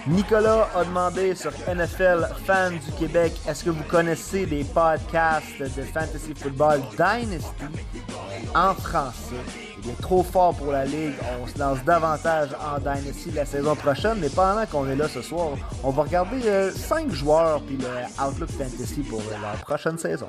Nicolas a demandé sur NFL Fans du Québec, est-ce que vous connaissez des podcasts de Fantasy Football Dynasty en français? Il est trop fort pour la Ligue, on se lance davantage en Dynasty la saison prochaine, mais pendant qu'on est là ce soir, on va regarder 5 joueurs puis le Outlook Fantasy pour la prochaine saison.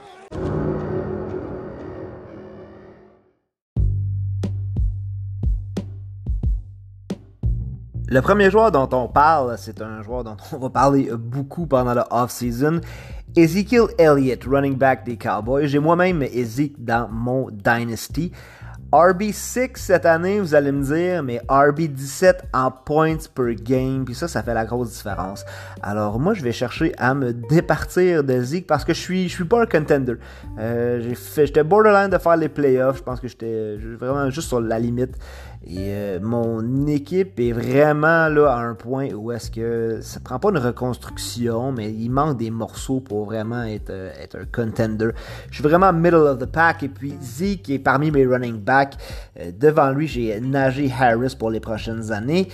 Le premier joueur dont on parle, c'est un joueur dont on va parler beaucoup pendant la off-season. Ezekiel Elliott, running back des Cowboys. J'ai moi-même Ezek dans mon Dynasty. RB6 cette année, vous allez me dire, mais RB17 en points per game, puis ça fait la grosse différence. Alors moi, je vais chercher à me départir de Zeke parce que je suis pas un contender. J'étais borderline de faire les playoffs, je pense que j'étais vraiment juste sur la limite. Et mon équipe est vraiment là à un point où est-ce que ça prend pas une reconstruction, mais il manque des morceaux pour vraiment être un contender. Je suis vraiment middle of the pack et puis Zeke est parmi mes running backs. Devant lui, j'ai Najee Harris pour les prochaines années.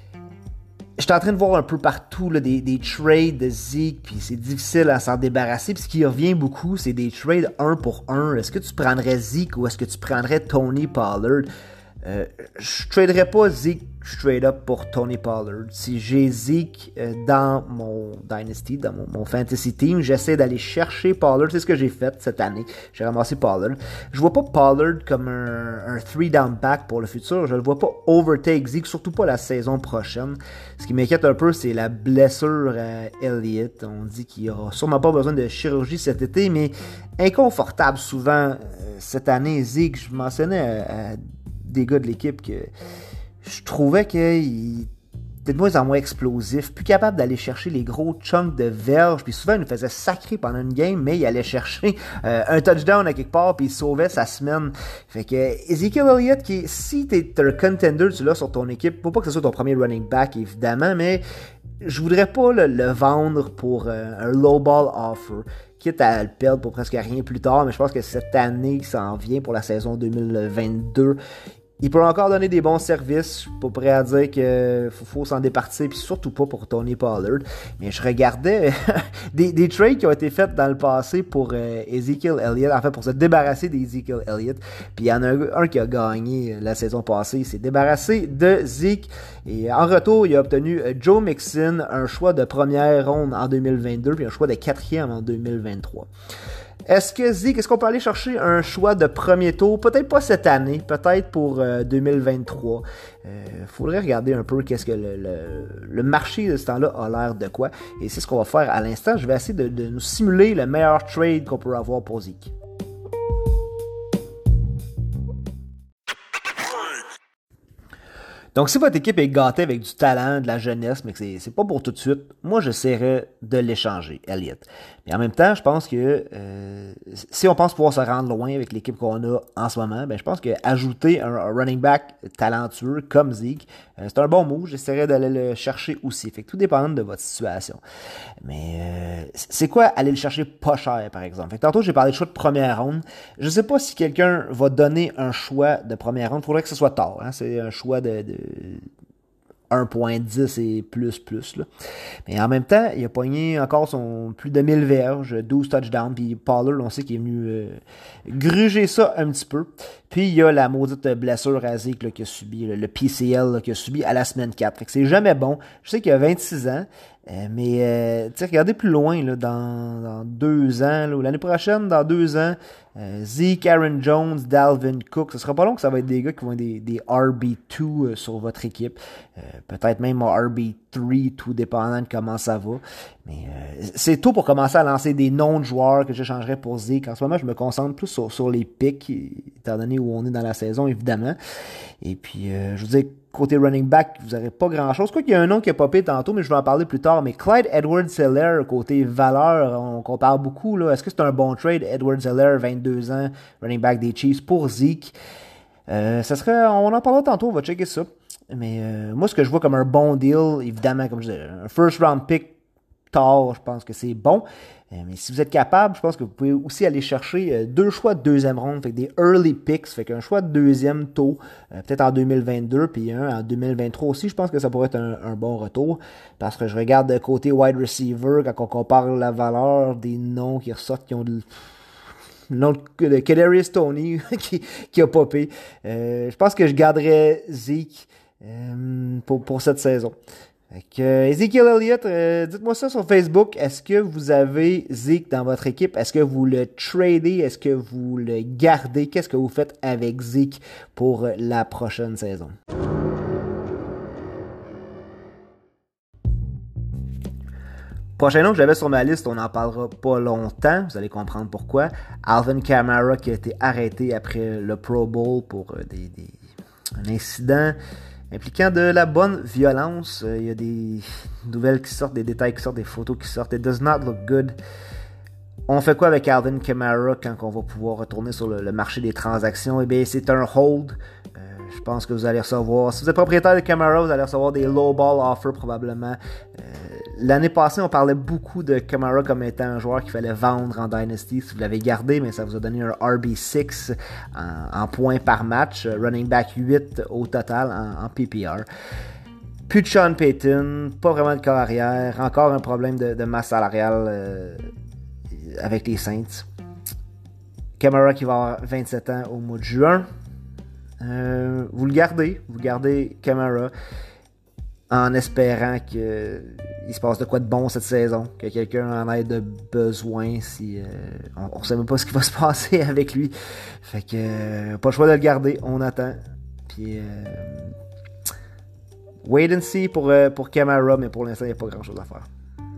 Je suis en train de voir un peu partout là, des trades de Zeke, puis c'est difficile à s'en débarrasser. Puis ce qui revient beaucoup, c'est des trades 1 pour 1. Est-ce que tu prendrais Zeke ou est-ce que tu prendrais Tony Pollard? Je traderais pas Zeke straight up pour Tony Pollard. Si j'ai Zeke dans mon Dynasty, dans mon Fantasy Team, j'essaie d'aller chercher Pollard. C'est ce que j'ai fait cette année. J'ai ramassé Pollard. Je vois pas Pollard comme un 3-down back pour le futur. Je le vois pas overtake Zeke, surtout pas la saison prochaine. Ce qui m'inquiète un peu, c'est la blessure à Elliott. On dit qu'il aura sûrement pas besoin de chirurgie cet été, mais inconfortable souvent cette année. Zeke, je mentionnais à des gars de l'équipe que je trouvais qu'il était de moins en moins explosif, plus capable d'aller chercher les gros chunks de verge, puis souvent il nous faisait sacrer pendant une game, mais il allait chercher un touchdown à quelque part, puis il sauvait sa semaine. Fait que Ezekiel Elliott, si t'es un contender, tu l'as sur ton équipe, faut pas que ce soit ton premier running back évidemment, mais je voudrais pas le vendre pour un low ball offer, quitte à le perdre pour presque rien plus tard, mais je pense que cette année qui s'en vient pour la saison 2022, il peut encore donner des bons services. Je suis pas prêt à dire qu'il faut s'en départir, puis surtout pas pour Tony Pollard. Mais je regardais des trades qui ont été faits dans le passé pour Ezekiel Elliott, en fait pour se débarrasser d'Ezekiel Elliott. Puis il y en a un qui a gagné la saison passée, il s'est débarrassé de Zeke. Et en retour, il a obtenu Joe Mixon, un choix de première ronde en 2022, puis un choix de quatrième en 2023. Est-ce qu'on peut aller chercher un choix de premier tour? Peut-être pas cette année, peut-être pour 2023. Faudrait regarder un peu qu'est-ce que le marché de ce temps-là a l'air de quoi. Et c'est ce qu'on va faire à l'instant. Je vais essayer de nous simuler le meilleur trade qu'on peut avoir pour Zeke. Donc, si votre équipe est gâtée avec du talent, de la jeunesse, mais que c'est pas pour tout de suite, moi, j'essaierais de l'échanger, Elliott. Mais en même temps, je pense que si on pense pouvoir se rendre loin avec l'équipe qu'on a en ce moment, ben je pense qu'ajouter un running back talentueux comme Zeke, c'est un bon move. J'essaierais d'aller le chercher aussi. Fait que tout dépend de votre situation. Mais c'est quoi aller le chercher pas cher, par exemple? Fait que tantôt, j'ai parlé de choix de première ronde. Je sais pas si quelqu'un va donner un choix de première ronde. Il faudrait que ce soit tard. Hein? C'est un choix de 1.10 et plus là. Mais en même temps, il a pogné encore son plus de 1000 verges, 12 touchdowns, puis Pollard, on sait qu'il est venu gruger ça un petit peu. Puis il y a la maudite blessure à Zeke qu'il a subi, le PCL qu'il a subi à la semaine 4. Fait que c'est jamais bon. Je sais qu'il a 26 ans, mais regardez plus loin là, dans 2 ans, là, ou l'année prochaine, dans 2 ans, Zeke, Aaron Jones, Dalvin Cook, ce sera pas long que ça va être des gars qui vont être des RB2 sur votre équipe. Peut-être même RB3, tout dépendant de comment ça va. Mais c'est tôt pour commencer à lancer des noms de joueurs que j'échangerais pour Zeke. En ce moment, je me concentre plus sur les picks, étant donné où on est dans la saison, évidemment. Et puis, je vous dis, côté running back, vous n'aurez pas grand-chose. Quoi qu'il y a un nom qui a popé tantôt, mais je vais en parler plus tard. Mais Clyde Edwards-Helaire, côté valeur, on compare beaucoup. Là. Est-ce que c'est un bon trade? Edwards-Helaire, 22 ans, running back des Chiefs pour Zeke. Ça serait, on en parlera tantôt, on va checker ça. Mais moi, ce que je vois comme un bon deal, évidemment, comme je disais, un first round pick tard, je pense que c'est bon. Mais si vous êtes capable, je pense que vous pouvez aussi aller chercher 2 choix de deuxième ronde, fait que des early picks, fait qu'un choix de deuxième tôt, peut-être en 2022, puis un en 2023 aussi, je pense que ça pourrait être un bon retour, parce que je regarde de côté wide receiver, quand on compare la valeur des noms qui ressortent, qui ont le nom de Kadarius Toney qui a popé. Je pense que je garderais Zeke pour cette saison. Ezekiel Elliott, dites-moi ça sur Facebook. Est-ce que vous avez Zeke dans votre équipe? Est-ce que vous le tradez? Est-ce que vous le gardez? Qu'est-ce que vous faites avec Zeke pour la prochaine saison? Prochain nom que j'avais sur ma liste, on n'en parlera pas longtemps, vous allez comprendre pourquoi. Alvin Kamara qui a été arrêté après le Pro Bowl pour un incident impliquant de la bonne violence. Il y a des nouvelles qui sortent, des détails qui sortent, des photos qui sortent. It does not look good. On fait quoi avec Alvin Kamara quand on va pouvoir retourner sur le marché des transactions? Eh bien, c'est un hold. Je pense que vous allez recevoir, si vous êtes propriétaire de Kamara, vous allez recevoir des low ball offers probablement. L'année passée, on parlait beaucoup de Kamara comme étant un joueur qu'il fallait vendre en Dynasty. Si vous l'avez gardé, mais ça vous a donné un RB6 en points par match. Running back 8 au total en PPR. Plus de Sean Payton, pas vraiment de corps arrière. Encore un problème de masse salariale avec les Saints. Kamara qui va avoir 27 ans au mois de juin. Vous gardez Kamara en espérant qu'il se passe de quoi de bon cette saison, que quelqu'un en ait de besoin. Si on ne sait même pas ce qui va se passer avec lui, fait que pas le choix de le garder, on attend. Puis wait and see pour Kamara, mais pour l'instant il n'y a pas grand chose à faire.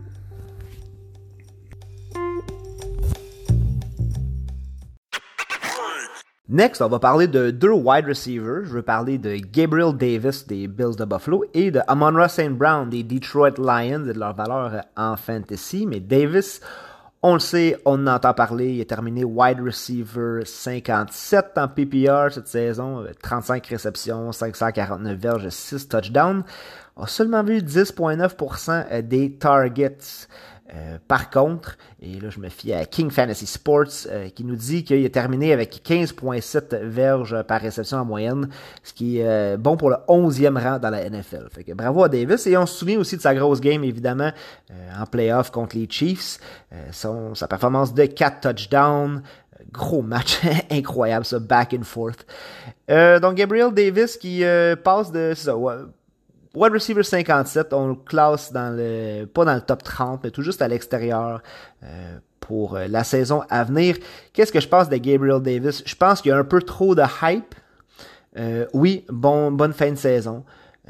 Next, on va parler de 2 wide receivers. Je veux parler de Gabriel Davis des Bills de Buffalo et de Amon-Ra St. Brown des Detroit Lions et de leur valeur en fantasy. Mais Davis, on le sait, on en entend parler. Il a terminé wide receiver 57 en PPR cette saison. 35 réceptions, 549 verges, 6 touchdowns. A seulement vu 10,9% des targets. Par contre, et là je me fie à King Fantasy Sports qui nous dit qu'il a terminé avec 15,7 verges par réception en moyenne, ce qui est bon pour le 11e rang dans la NFL. Fait que bravo à Davis, et on se souvient aussi de sa grosse game évidemment en playoff contre les Chiefs, sa performance de 4 touchdowns, gros match incroyable ça, back and forth. Donc Gabriel Davis qui passe de wide receiver 57, on le classe pas dans le top 30, mais tout juste à l'extérieur pour la saison à venir. Qu'est-ce que je pense de Gabriel Davis? Je pense qu'il y a un peu trop de hype. Oui, bonne fin de saison.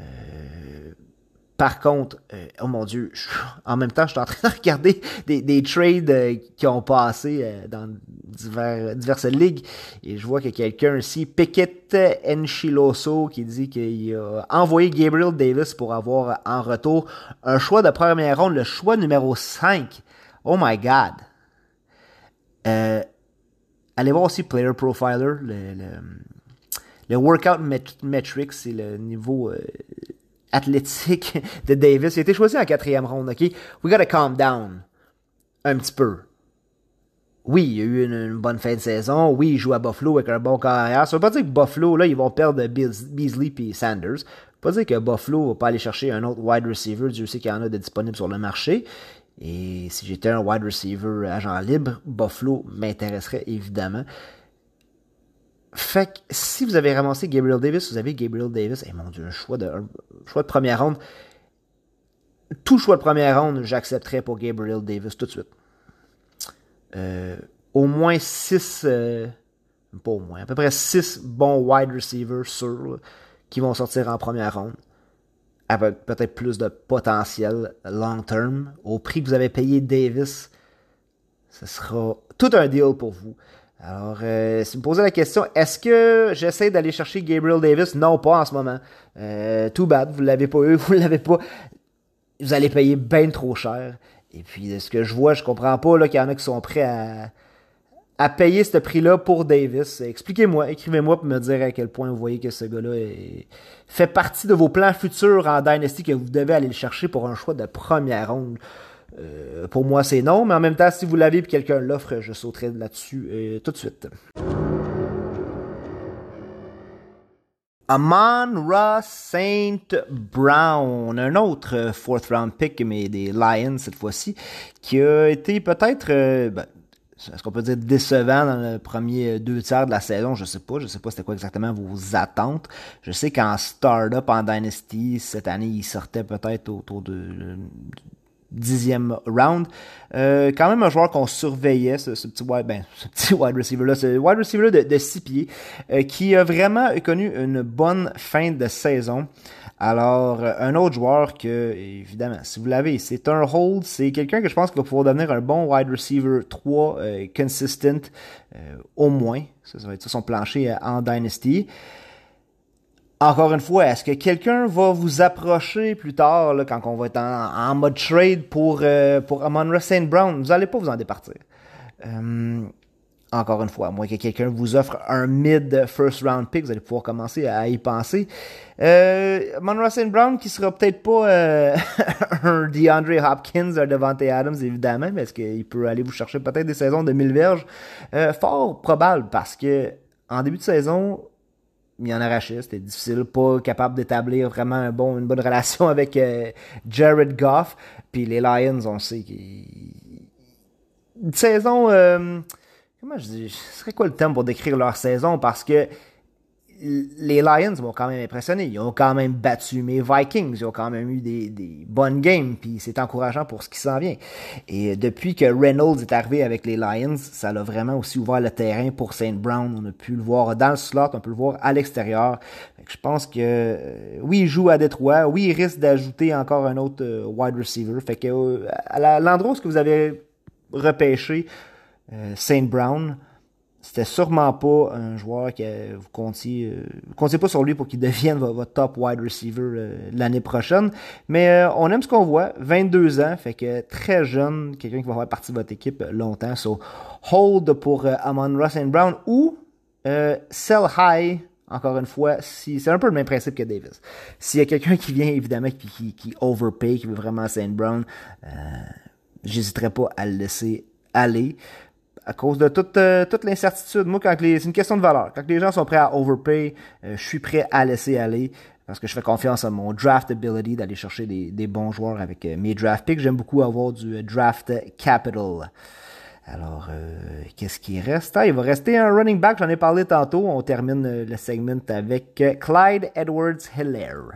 Par contre, oh mon Dieu, en même temps, je suis en train de regarder des trades qui ont passé dans diverses ligues et je vois qu'il y a quelqu'un ici, Pickett Enchiloso, qui dit qu'il a envoyé Gabriel Davis pour avoir en retour un choix de première ronde, le choix numéro 5. Oh my God! Allez voir aussi Player Profiler, le Workout Metrics, c'est le niveau athlétique de Davis. Il a été choisi en 4e ronde, ok? We gotta calm down. Un petit peu. Oui, il y a eu une bonne fin de saison. Oui, il joue à Buffalo avec un bon carrière. Ça veut pas dire que Buffalo, là, ils vont perdre Beasley et Sanders. Ça veut pas dire que Buffalo va pas aller chercher un autre wide receiver. Dieu sait qu'il y en a de disponibles sur le marché. Et si j'étais un wide receiver agent libre, Buffalo m'intéresserait évidemment. Fait que si vous avez ramassé Gabriel Davis, vous avez Gabriel Davis, mon Dieu, un choix de première ronde. Tout choix de première ronde, j'accepterais pour Gabriel Davis tout de suite. Au moins 6, pas au moins, à peu près 6 bons wide receivers sûrs qui vont sortir en première ronde. Avec peut-être plus de potentiel long term. Au prix que vous avez payé Davis, ce sera tout un deal pour vous. Alors, si vous me posez la question, est-ce que j'essaie d'aller chercher Gabriel Davis? Non, pas en ce moment. Too bad, vous l'avez pas eu, vous l'avez pas. Vous allez payer bien trop cher. Et puis, de ce que je vois, je comprends pas là, qu'il y en a qui sont prêts à payer ce prix-là pour Davis. Expliquez-moi, écrivez-moi pour me dire à quel point vous voyez que ce gars-là fait partie de vos plans futurs en Dynasty, que vous devez aller le chercher pour un choix de première ronde. Pour moi, c'est non, mais en même temps, si vous l'avez et quelqu'un l'offre, je sauterai là-dessus tout de suite. Amon-Ra St. Brown, un autre fourth round pick, mais des Lions cette fois-ci, qui a été peut-être, est-ce qu'on peut dire décevant dans le premier 2 tiers de la saison? Je sais pas c'était quoi exactement vos attentes. Je sais qu'en Startup, en Dynasty, cette année, il sortait peut-être autour de 10e round. Quand même un joueur qu'on surveillait, ce petit wide receiver-là, ce wide receiver de 6 pieds, qui a vraiment connu une bonne fin de saison. Alors, un autre joueur que, évidemment, si vous l'avez, c'est un hold, c'est quelqu'un que je pense qu'il va pouvoir devenir un bon wide receiver 3, consistent, au moins. Ça va être ça son plancher en Dynasty. Encore une fois, est-ce que quelqu'un va vous approcher plus tard, là, quand on va être en mode trade pour Amon-Ra St. Brown? Vous n'allez pas vous en départir. Encore une fois, à moins que quelqu'un vous offre un mid first round pick, vous allez pouvoir commencer à y penser. Amon-Ra St. Brown qui sera peut-être pas un DeAndre Hopkins, un Davante Adams évidemment, mais est-ce qu'il peut aller vous chercher peut-être des saisons de 1000 verges? Fort probable parce que en début de saison, il en arrachait, c'était difficile, pas capable d'établir vraiment une bonne relation avec Jared Goff. Puis les Lions, on sait une saison, comment je dis, ce serait quoi le terme pour décrire leur saison? Parce que les Lions m'ont quand même impressionné. Ils ont quand même battu mes Vikings. Ils ont quand même eu des bonnes games. Puis c'est encourageant pour ce qui s'en vient. Et depuis que Reynolds est arrivé avec les Lions, ça l'a vraiment aussi ouvert le terrain pour St. Brown. On a pu le voir dans le slot, on peut le voir à l'extérieur. Je pense que oui, il joue à Détroit. Oui, il risque d'ajouter encore un autre wide receiver. Fait que à l'endroit où vous avez repêché St. Brown, c'était sûrement pas un joueur que vous comptiez pas sur lui pour qu'il devienne votre top wide receiver l'année prochaine. Mais on aime ce qu'on voit. 22 ans, fait que très jeune, quelqu'un qui va faire partie de votre équipe longtemps. So, hold pour Amon-Ra St. Brown ou sell high. Encore une fois, c'est un peu le même principe que Davis. S'il y a quelqu'un qui vient, évidemment, qui overpay, qui veut vraiment St. Brown, j'hésiterais pas à le laisser aller. À cause de toute l'incertitude. Moi, c'est une question de valeur. Quand les gens sont prêts à overpay, je suis prêt à laisser aller parce que je fais confiance à mon draft ability d'aller chercher des bons joueurs avec mes draft picks. J'aime beaucoup avoir du draft capital. Alors, qu'est-ce qui reste? Il va rester un running back, j'en ai parlé tantôt. On termine le segment avec Clyde Edwards-Helaire.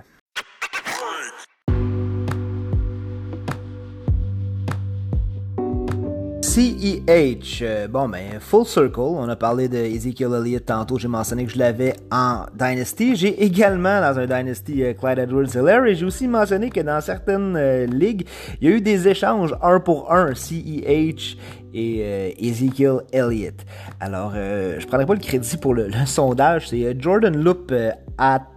CEH, full circle, on a parlé de Ezekiel Elliott tantôt, j'ai mentionné que je l'avais en Dynasty, j'ai également dans un Dynasty Clyde Edwards-Helaire et j'ai aussi mentionné que dans certaines ligues, il y a eu des échanges 1 pour 1, CEH et Ezekiel Elliott. Alors, je prendrai pas le crédit pour le sondage, c'est Jordan Loop at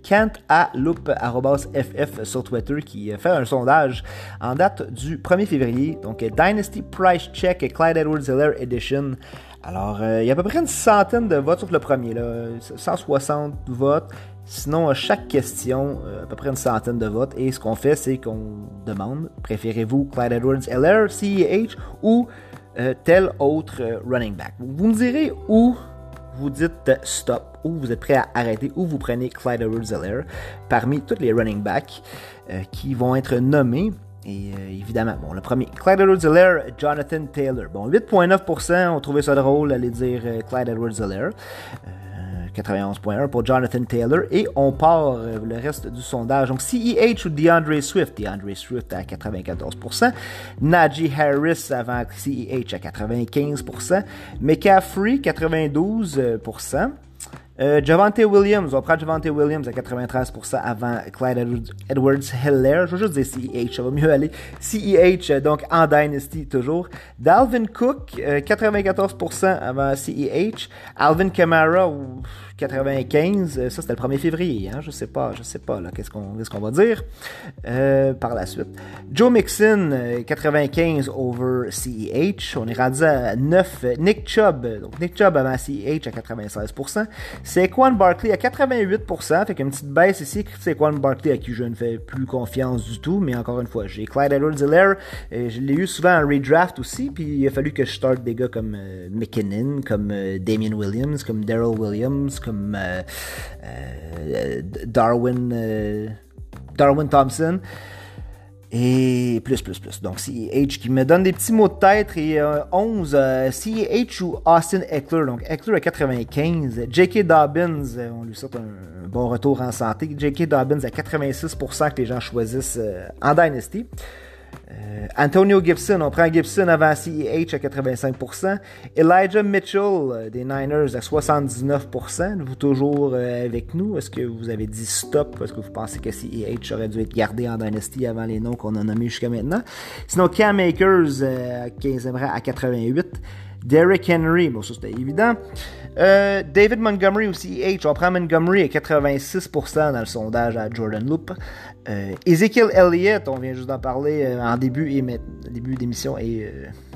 @loop_ff sur Twitter qui fait un sondage en date du 1er février, donc Dynasty Price Check Clyde Edwards-Helaire Edition. Alors, il y a à peu près une centaine de votes sur le premier, là, 160 votes. Sinon, à chaque question, à peu près une centaine de votes. Et ce qu'on fait, c'est qu'on demande, préférez-vous Clyde Edwards-Helaire, CEH ou tel autre running back? Vous me direz où vous dites stop, ou vous êtes prêt à arrêter, ou vous prenez Clyde Edwards-Helaire parmi tous les running backs qui vont être nommés. Et évidemment, le premier, Clyde Edwards-Helaire, Jonathan Taylor. 8,9% ont trouvé ça drôle d'aller dire Clyde Edwards-Helaire. 91,1 pour Jonathan Taylor. Et on part le reste du sondage. Donc, CEH ou DeAndre Swift. DeAndre Swift à 94%. Najee Harris avant CEH à 95%. McCaffrey, 92%. Javonte Williams, on va prendre Javonte Williams à 93% avant Clyde Edwards-Helaire. Je vais juste dire CEH, ça va mieux aller. CEH, donc en Dynasty toujours. Dalvin Cook, 94% avant CEH. Alvin Kamara, 95, ça c'était le 1er février, hein? Je sais pas, là, qu'est-ce qu'on va dire par la suite. Joe Mixon, 95 over CEH, on est rendu à 9. Nick Chubb, donc Nick Chubb avant CEH à 96%. Saquon Barkley à 88%, fait qu'une petite baisse ici. Saquon Barkley à qui je ne fais plus confiance du tout, mais encore une fois, j'ai Clyde Edwards-Helaire, je l'ai eu souvent en redraft aussi, puis il a fallu que je starte des gars comme McKinnon, comme Damien Williams, comme Darrell Williams, comme Darwin Thompson et plus. Donc CEH qui me donne des petits mots de tête et 11 CEH ou Austin Eckler. Donc Eckler à 95, J.K. Dobbins, on lui souhaite un bon retour en santé. J.K. Dobbins à 86% que les gens choisissent en Dynasty. Antonio Gibson, on prend Gibson avant CEH à 85%. Elijah Mitchell des Niners à 79%. Vous toujours avec nous? Est-ce que vous avez dit stop parce que vous pensez que CEH aurait dû être gardé en Dynasty avant les noms qu'on a nommés jusqu'à maintenant? Sinon, Cam Akers à 88%. Derrick Henry, bon ça c'était évident. David Montgomery au CEH, on prend Montgomery à 86% dans le sondage à Jordan Loop. Ezekiel Elliott, on vient juste d'en parler en début d'émission et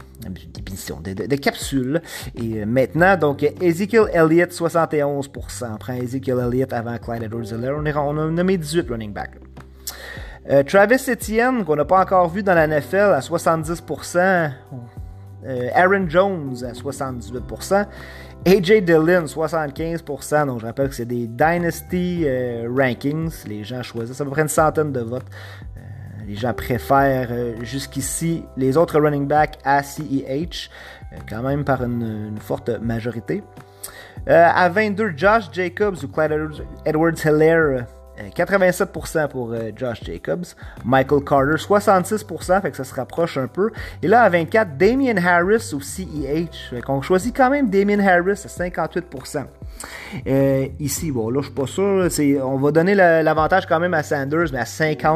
de capsule. Et maintenant, donc Ezekiel Elliott 71%. On prend Ezekiel Elliott avant Clyde Edwards-Helaire. On a nommé 18 running back. Travis Etienne, qu'on n'a pas encore vu dans la NFL à 70%. Aaron Jones à 78%. AJ Dillon, 75%. Donc, je rappelle que c'est des Dynasty Rankings. Les gens choisissent à peu près une centaine de votes. Les gens préfèrent jusqu'ici les autres running backs à CEH, quand même par une forte majorité. À 22, Josh Jacobs ou Clyde Edwards-Helaire. 87% pour Josh Jacobs. Michael Carter, 66%, fait que ça se rapproche un peu. Et là, à 24, Damien Harris au CEH. Fait qu'on choisit quand même Damien Harris à 58%. Ici, bon, là, je suis pas sûr. On va donner l'avantage quand même à Sanders, mais à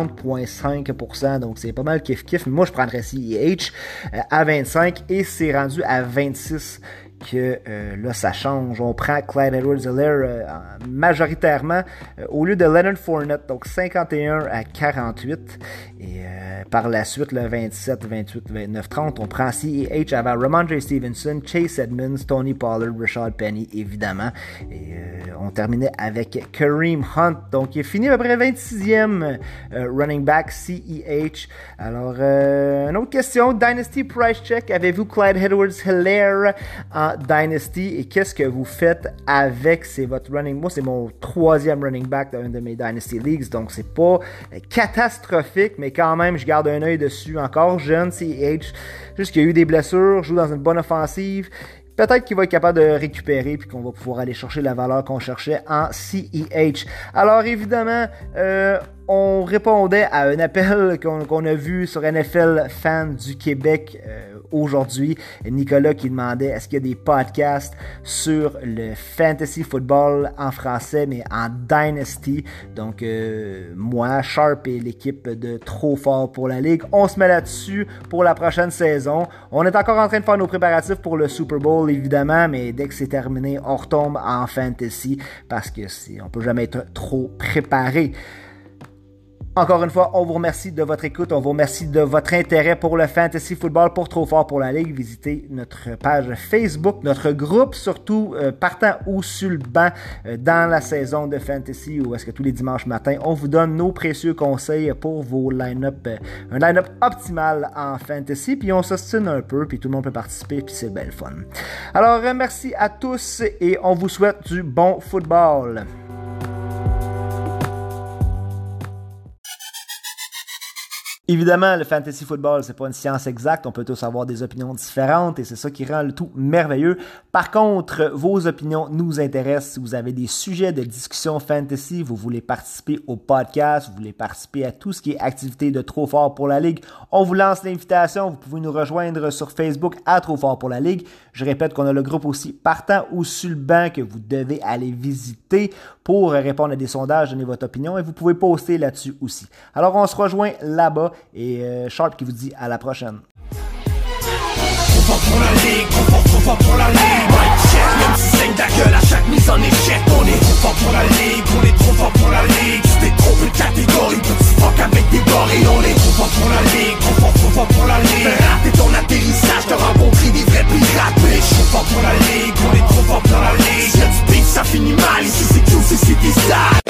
50,5%. Donc, c'est pas mal kiff-kiff. Moi, je prendrais CEH à 25 et c'est rendu à 26%. Que là, ça change. On prend Clyde Edwards-Helaire majoritairement au lieu de Leonard Fournette, donc 51 à 48. Et par la suite, le 27, 28, 29, 30, on prend CEH avant Ramondre Stevenson, Chase Edmonds, Tony Pollard, Rashad Penny, évidemment. Et on terminait avec Kareem Hunt. Donc, il est fini à peu près 26e running back CEH. Alors, une autre question. Dynasty Price Check. Avez-vous Clyde Edwards-Helaire en Dynasty et qu'est-ce que vous faites avec? C'est votre running. Moi, c'est mon 3e running back dans une de mes Dynasty Leagues, donc c'est pas catastrophique, mais quand même, je garde un œil dessus. Encore jeune, CEH, juste qu'il y a eu des blessures, joue dans une bonne offensive. Peut-être qu'il va être capable de récupérer puis qu'on va pouvoir aller chercher la valeur qu'on cherchait en CEH. Alors évidemment, on répondait à un appel qu'on a vu sur NFL Fan du Québec aujourd'hui. Nicolas qui demandait est-ce qu'il y a des podcasts sur le fantasy football en français mais en Dynasty. Donc moi, Sharp et l'équipe de Trop Fort pour la Ligue, on se met là-dessus pour la prochaine saison. On est encore en train de faire nos préparatifs pour le Super Bowl évidemment, mais dès que c'est terminé, on retombe en fantasy parce que on peut jamais être trop préparé. Encore une fois, on vous remercie de votre écoute, on vous remercie de votre intérêt pour le fantasy football, pour Trop Fort pour la Ligue. Visitez notre page Facebook, notre groupe, surtout partant ou sur le banc dans la saison de fantasy, où est-ce que tous les dimanches matins, on vous donne nos précieux conseils pour vos line-up, un line-up optimal en fantasy, puis on s'ostine un peu, puis tout le monde peut participer, puis c'est bien le fun. Alors, merci à tous et on vous souhaite du bon football. Évidemment, le fantasy football, c'est pas une science exacte. On peut tous avoir des opinions différentes et c'est ça qui rend le tout merveilleux. Par contre, vos opinions nous intéressent. Si vous avez des sujets de discussion fantasy, vous voulez participer au podcast, vous voulez participer à tout ce qui est activité de Trop Fort pour la Ligue, on vous lance l'invitation. Vous pouvez nous rejoindre sur Facebook à Trop Fort pour la Ligue. Je répète qu'on a le groupe aussi partant ou sur le banc que vous devez aller visiter pour répondre à des sondages, donner votre opinion et vous pouvez poster là-dessus aussi. Alors, on se rejoint là-bas. Et Sharp qui vous dit à la prochaine. Trop fort pour la ligue, trop fort pour la ligue. Mike check, même si saigne ta gueule à chaque mise en échec, on est raté ton atterrissage, t'as rencontré des vrais pirates. Mais trop fort pour la ligue, on est trop fort dans la ligue. Y'a du beef, ça finit mal, ici c'est QCCT style.